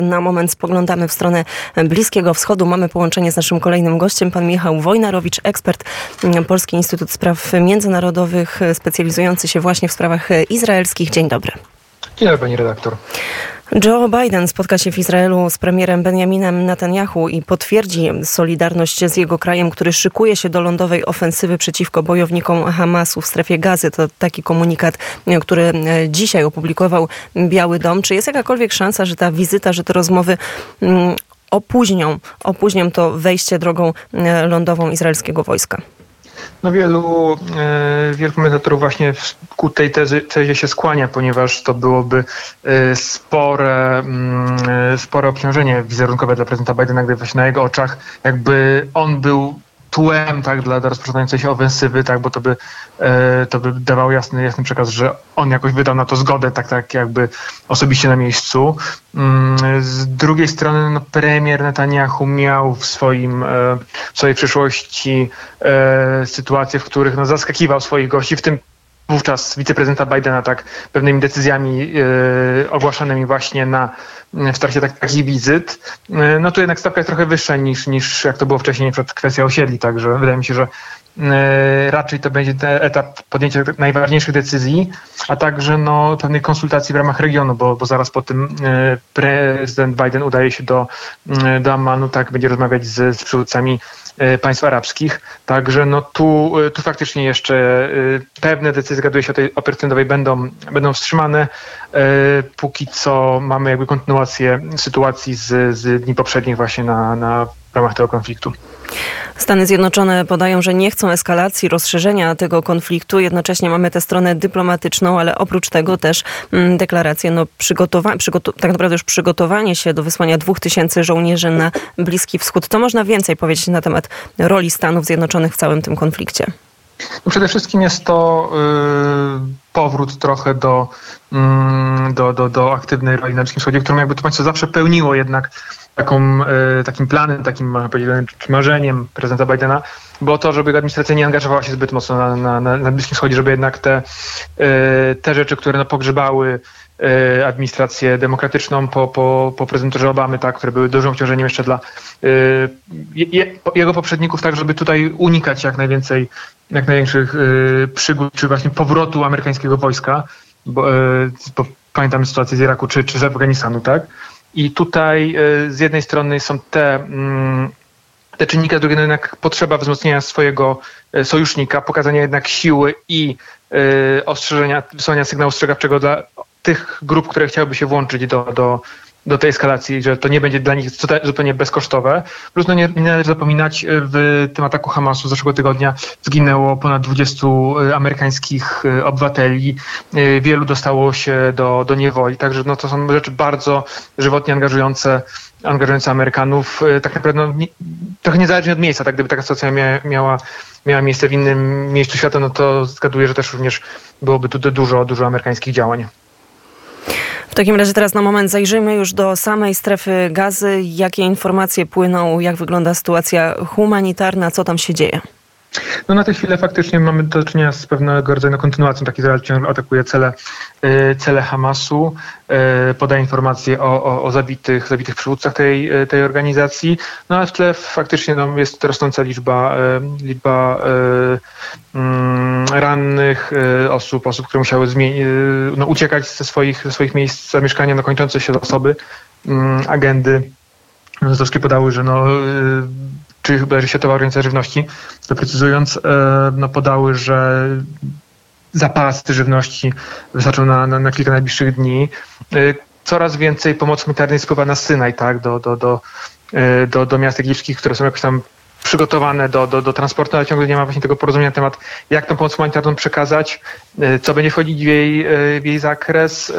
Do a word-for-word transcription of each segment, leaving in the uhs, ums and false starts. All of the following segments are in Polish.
Na moment spoglądamy w stronę Bliskiego Wschodu. Mamy połączenie z naszym kolejnym gościem, pan Michał Wojnarowicz, ekspert, Polski Instytut Spraw Międzynarodowych, specjalizujący się właśnie w sprawach izraelskich. Dzień dobry. Dzień dobry, pani redaktor. Joe Biden spotka się w Izraelu z premierem Benjaminem Netanyahu i potwierdzi solidarność z jego krajem, który szykuje się do lądowej ofensywy przeciwko bojownikom Hamasu w strefie Gazy. To taki komunikat, który dzisiaj opublikował Biały Dom. Czy jest jakakolwiek szansa, że ta wizyta, że te rozmowy opóźnią, opóźnią to wejście drogą lądową izraelskiego wojska? No wielu, e, wielu komentatorów właśnie ku tej tezy, tezie się skłania, ponieważ to byłoby e, spore, e, spore obciążenie wizerunkowe dla prezydenta Bidena, gdy właśnie na jego oczach jakby on był tłem, tak, dla, dla rozpoczynającej się ofensywy, tak, bo to by, e, to by dawało jasny, jasny przekaz, że on jakoś wydał na to zgodę, tak, tak jakby osobiście na miejscu. Mm, z drugiej strony no, premier Netanyahu miał w swoim, e, w swojej przeszłości e, sytuacje, w których no, zaskakiwał swoich gości, w tym wówczas wiceprezydenta Bidena, tak, pewnymi decyzjami e, ogłaszanymi właśnie na, w trakcie tak, takich wizyt. E, no tu jednak stawka jest trochę wyższa niż, niż jak to było wcześniej, na przykład kwestia osiedli, także wydaje mi się, że e, raczej to będzie ten etap podjęcia najważniejszych decyzji, a także no, pewnej konsultacji w ramach regionu, bo, bo zaraz po tym e, prezydent Biden udaje się do, e, do Ammanu, tak, będzie rozmawiać z, z przywódcami państw arabskich. Także no tu, tu faktycznie jeszcze pewne decyzje, zgaduję się, o tej operacji lądowej będą, będą wstrzymane. Póki co mamy jakby kontynuację sytuacji z, z dni poprzednich właśnie na, na w ramach tego konfliktu. Stany Zjednoczone podają, że nie chcą eskalacji, rozszerzenia tego konfliktu. Jednocześnie mamy tę stronę dyplomatyczną, ale oprócz tego też mm, deklarację, no, przygotowa- przygotu- tak naprawdę już przygotowanie się do wysłania dwóch tysięcy żołnierzy na Bliski Wschód. To można więcej powiedzieć na temat roli Stanów Zjednoczonych w całym tym konflikcie? No przede wszystkim jest to yy, powrót trochę do, yy, do, do, do aktywnej roli na Bliskim Wschodzie, którą jakby to państwo zawsze pełniło jednak taką, yy, takim planem, takim można powiedzieć, marzeniem prezydenta Bidena, było to, żeby administracja nie angażowała się zbyt mocno na, na, na, na Bliskim Wschodzie, żeby jednak te, yy, te rzeczy, które no, pogrzebały administrację demokratyczną po, po, po prezydenturze Obamy, tak, które były dużym obciążeniem jeszcze dla y, je, jego poprzedników, tak, żeby tutaj unikać jak najwięcej, jak największych y, przygód, czy właśnie powrotu amerykańskiego wojska, bo, y, bo pamiętamy sytuację z Iraku, czy, czy z Afganistanu, tak. I tutaj y, z jednej strony są te, y, te czynniki, a z drugiej no jednak potrzeba wzmocnienia swojego y, sojusznika, pokazania jednak siły i y, ostrzeżenia, wysłania sygnału ostrzegawczego dla tych grup, które chciałyby się włączyć do, do, do tej eskalacji, że to nie będzie dla nich zupełnie bezkosztowe. Plus no nie, nie należy zapominać, w tym ataku Hamasu z zeszłego tygodnia zginęło ponad dwudziestu amerykańskich obywateli. Wielu dostało się do, do niewoli. Także no to są rzeczy bardzo żywotnie angażujące, angażujące Amerykanów. Tak naprawdę no, nie, trochę niezależnie od miejsca. Tak, gdyby taka sytuacja mia, miała, miała miejsce w innym miejscu świata, no to zgaduję, że też również byłoby tu dużo, dużo amerykańskich działań. W takim razie teraz na moment zajrzyjmy już do samej strefy Gazy. Jakie informacje płyną, jak wygląda sytuacja humanitarna, co tam się dzieje? No na tę chwilę faktycznie mamy do czynienia z pewnego rodzaju kontynuacją. Taki Izrael ciągle atakuje cele, cele Hamasu, podaje informacje o, o, o zabitych, zabitych przywódcach tej, tej organizacji. No a w tle faktycznie no, jest rosnąca liczba, liczba um, rannych osób, osób, które musiały zmieni- no, uciekać ze swoich, ze swoich miejsc zamieszkania, no, kończące się zasoby. Um, agendy nazowskie podały, że no czy chyba Światowa Organizacja Żywności, doprecyzując, no podały, że zapasy żywności wystarczą na, na, na kilka najbliższych dni. Coraz więcej pomocy humanitarnej spływa na Synaj, tak, do, do, do, do, do miast egipskich, które są jakoś tam przygotowane do, do, do transportu, ale ciągle nie ma właśnie tego porozumienia na temat, jak tą pomoc humanitarną przekazać, co będzie wchodzić w jej, w jej zakres.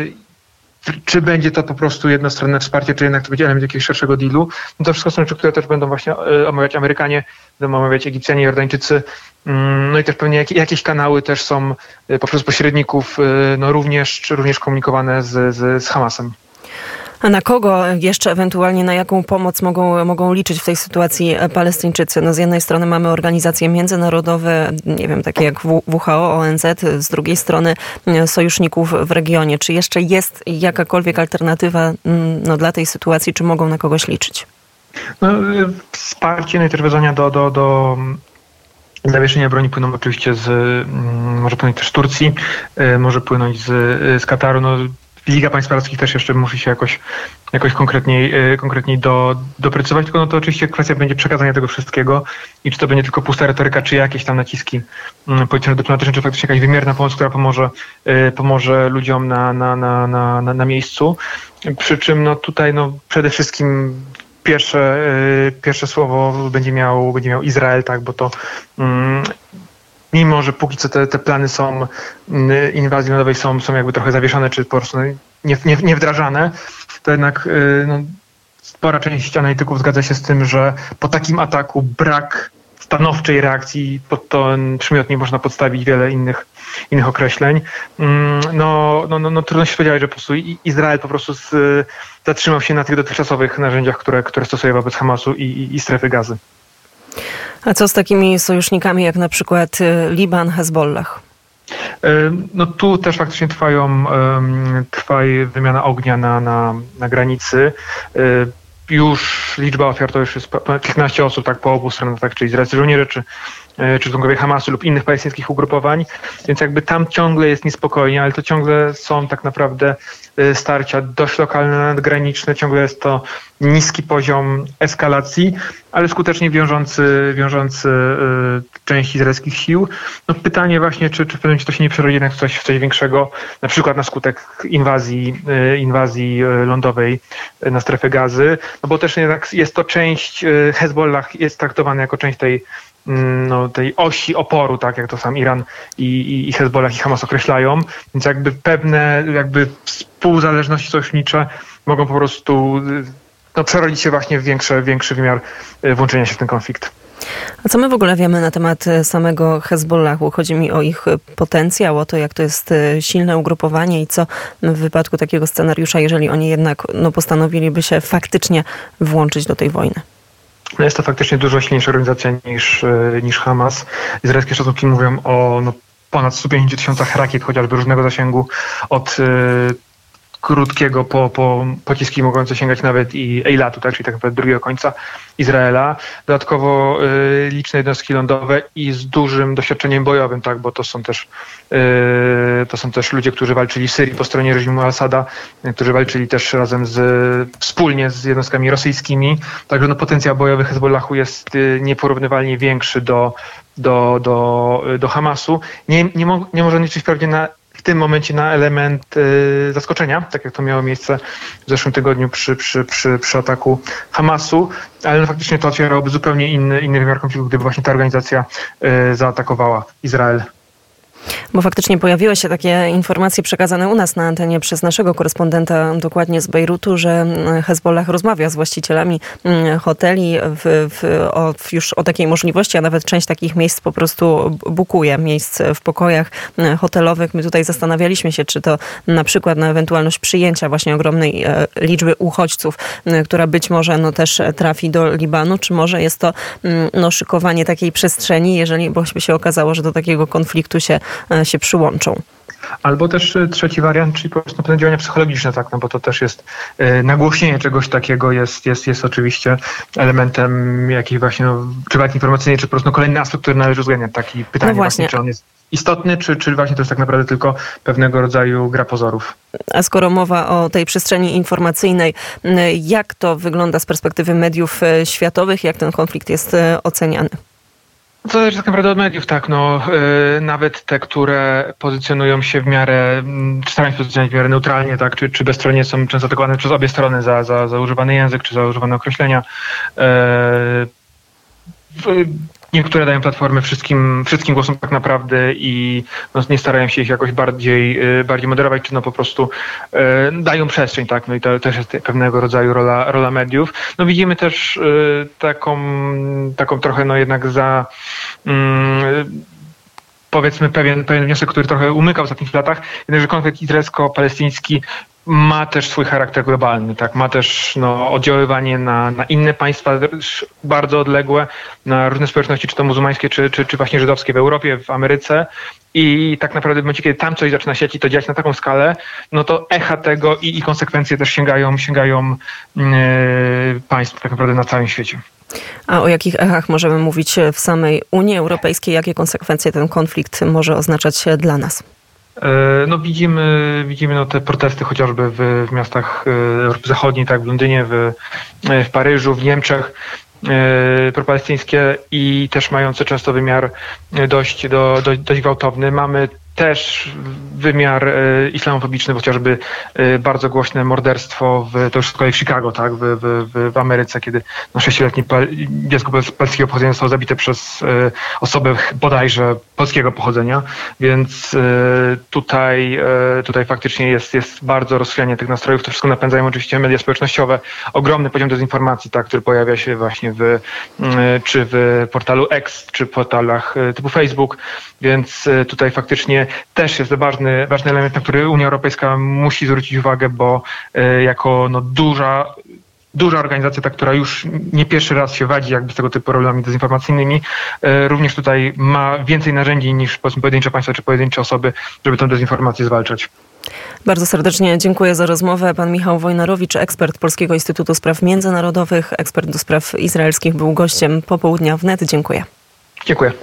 Czy będzie to po prostu jednostronne wsparcie, czy jednak to będzie element jakiegoś szerszego dealu. No to wszystko są rzeczy, które też będą właśnie omawiać Amerykanie, będą omawiać Egipcjanie, Jordańczycy. No i też pewnie jakieś kanały też są poprzez pośredników no również, również komunikowane z, z, z Hamasem. A na kogo jeszcze ewentualnie, na jaką pomoc mogą, mogą liczyć w tej sytuacji Palestyńczycy? No z jednej strony mamy organizacje międzynarodowe, nie wiem, takie jak W H O, O N Z, z drugiej strony sojuszników w regionie. Czy jeszcze jest jakakolwiek alternatywa no, dla tej sytuacji? Czy mogą na kogoś liczyć? No, wsparcie, no i też wezwania do, do, do zawieszenia broni płyną oczywiście z, może płynąć też z Turcji, może płynąć z, z Kataru. No, Liga Państw Arabskich też jeszcze musi się jakoś, jakoś konkretniej, konkretniej do, doprecyzować, tylko no to oczywiście kwestia będzie przekazania tego wszystkiego i czy to będzie tylko pusta retoryka, czy jakieś tam naciski polityczno-dyplomatyczne, czy faktycznie jakaś wymierna pomoc, która pomoże, pomoże ludziom na, na, na, na, na miejscu. Przy czym no tutaj no przede wszystkim Pierwsze, pierwsze słowo będzie miał, będzie miał Izrael, tak, bo to mm, mimo, że póki co te, te plany są inwazji lądowej są, są jakby trochę zawieszone, czy po prostu nie, nie, nie wdrażane, to jednak no, spora część analityków zgadza się z tym, że po takim ataku brak stanowczej reakcji, pod ten przymiot nie można podstawić wiele innych, innych określeń. No, no, no, no trudno się spodziewać, że po prostu Izrael po prostu z, zatrzymał się na tych dotychczasowych narzędziach, które, które stosuje wobec Hamasu i, i, i strefy Gazy. A co z takimi sojusznikami jak na przykład Liban, Hezbollah? No tu też faktycznie trwają, trwa wymiana ognia na, na, na granicy. Już liczba ofiar to już jest kilkanaście osób, tak, po obu stronach, tak, czy izraelscy żołnierze, czy, czy członkowie Hamasu lub innych palestyńskich ugrupowań, więc jakby tam ciągle jest niespokojnie, ale to ciągle są tak naprawdę starcia dość lokalne, nadgraniczne, ciągle jest to niski poziom eskalacji, ale skutecznie wiążący, wiążący część izraelskich sił. No pytanie właśnie, czy, czy w pewnym momencie to się nie przerodzi jednak w coś, w coś większego, na przykład na skutek inwazji, inwazji lądowej na strefę Gazy, no bo też jednak jest to część, Hezbollah jest traktowany jako część tej no, tej osi oporu, tak jak to sam Iran i, i, i Hezbollah i Hamas określają, więc jakby pewne jakby współzależności sojusznicze mogą po prostu no, przerodzić się właśnie w większy, większy wymiar włączenia się w ten konflikt. A co my w ogóle wiemy na temat samego Hezbollahu? Chodzi mi o ich potencjał, o to, jak to jest silne ugrupowanie i co w wypadku takiego scenariusza, jeżeli oni jednak no, postanowiliby się faktycznie włączyć do tej wojny. No jest to faktycznie dużo silniejsza organizacja niż, niż Hamas. Izraelskie szacunki mówią o no, ponad stu pięćdziesięciu tysiącach rakiet, chociażby różnego zasięgu, od y, krótkiego po, po pociski mogące sięgać nawet i Eilatu, tak, czyli tak naprawdę drugiego końca Izraela. Dodatkowo y, liczne jednostki lądowe i z dużym doświadczeniem bojowym, tak, bo to są też y, to są też ludzie, którzy walczyli w Syrii po stronie reżimu Al-Assada, y, którzy walczyli też razem z wspólnie z jednostkami rosyjskimi. Także no, potencjał bojowy Hezbollahu jest y, nieporównywalnie większy do, do, do, do Hamasu. Nie, nie, mo, nie może liczyć wprawdzie na w tym momencie na element y, zaskoczenia, tak jak to miało miejsce w zeszłym tygodniu przy, przy, przy, przy ataku Hamasu, ale no, faktycznie to otwierałoby zupełnie inny, inny wymiar konfliktu, gdyby właśnie ta organizacja y, zaatakowała Izrael. Bo faktycznie pojawiły się takie informacje przekazane u nas na antenie przez naszego korespondenta dokładnie z Bejrutu, że Hezbollah rozmawia z właścicielami hoteli w, w, o, już o takiej możliwości, a nawet część takich miejsc po prostu bukuje, miejsc w pokojach hotelowych. My tutaj zastanawialiśmy się, czy to na przykład na ewentualność przyjęcia właśnie ogromnej liczby uchodźców, która być może no, też trafi do Libanu, czy może jest to no, szykowanie takiej przestrzeni, jeżeli bo by się okazało, że do takiego konfliktu się się przyłączą. Albo też trzeci wariant, czyli po prostu pewne działania psychologiczne, tak, no bo to też jest y, nagłośnienie czegoś takiego jest, jest, jest oczywiście elementem jakiejś właśnie, no, czy walki informacyjnej, czy po prostu kolejny aspekt, który należy uwzględniać. Taki pytanie no właśnie. właśnie, czy on jest istotny, czy, czy właśnie to jest tak naprawdę tylko pewnego rodzaju gra pozorów. A skoro mowa o tej przestrzeni informacyjnej, jak to wygląda z perspektywy mediów światowych, jak ten konflikt jest oceniany? To zależy tak naprawdę od mediów, tak, no, yy, nawet te, które pozycjonują się w miarę, czy starają się pozycjonować w miarę neutralnie, tak, czy, czy bezstronnie są często atakowane przez obie strony za, za, za używany język, czy za używane określenia. Yy, Niektóre dają platformy wszystkim, wszystkim głosom tak naprawdę i no, nie starają się ich jakoś bardziej, bardziej moderować, czy no po prostu e, dają przestrzeń, tak? No i to też jest pewnego rodzaju rola, rola mediów. No widzimy też e, taką, taką trochę no jednak za mm, powiedzmy pewien, pewien wniosek, który trochę umykał w ostatnich latach, jednakże konflikt izraelsko-palestyński ma też swój charakter globalny, tak? Ma też no, oddziaływanie na, na inne państwa bardzo odległe, na różne społeczności, czy to muzułmańskie, czy, czy, czy właśnie żydowskie w Europie, w Ameryce. I tak naprawdę w momencie, kiedy tam coś zaczyna się i to dziać na taką skalę, no to echa tego i, i konsekwencje też sięgają, sięgają yy, państw tak naprawdę na całym świecie. A o jakich echach możemy mówić w samej Unii Europejskiej? Jakie konsekwencje ten konflikt może oznaczać dla nas? No widzimy, widzimy no te protesty chociażby w, w miastach Europy Zachodniej, tak w Londynie, w, w Paryżu, w Niemczech, e, propalestyńskie i też mające często wymiar dość, do, dość, dość gwałtowny. Mamy też wymiar e, islamofobiczny, bo chociażby e, bardzo głośne morderstwo w, to już z kolei w Chicago, tak, w, w, w Ameryce, kiedy no, sześcioletnie dziecko polskiego pochodzenia zostało zabite przez e, osobę bodajże polskiego pochodzenia, więc e, tutaj, e, tutaj faktycznie jest, jest bardzo rozchwianie tych nastrojów. To wszystko napędzają oczywiście media społecznościowe. Ogromny poziom dezinformacji, tak, który pojawia się właśnie w, e, czy w portalu X, czy w portalach e, typu Facebook, więc e, tutaj faktycznie też jest to ważny, ważny element, na który Unia Europejska musi zwrócić uwagę, bo e, jako no, duża, duża organizacja, ta, która już nie pierwszy raz się wadzi jakby z tego typu problemami dezinformacyjnymi, e, również tutaj ma więcej narzędzi niż powiedzmy pojedyncze państwa czy pojedyncze osoby, żeby tę dezinformację zwalczać. Bardzo serdecznie dziękuję za rozmowę. Pan Michał Wojnarowicz, ekspert Polskiego Instytutu Spraw Międzynarodowych, ekspert do spraw izraelskich, był gościem Popołudnia Wnet. Dziękuję. Dziękuję.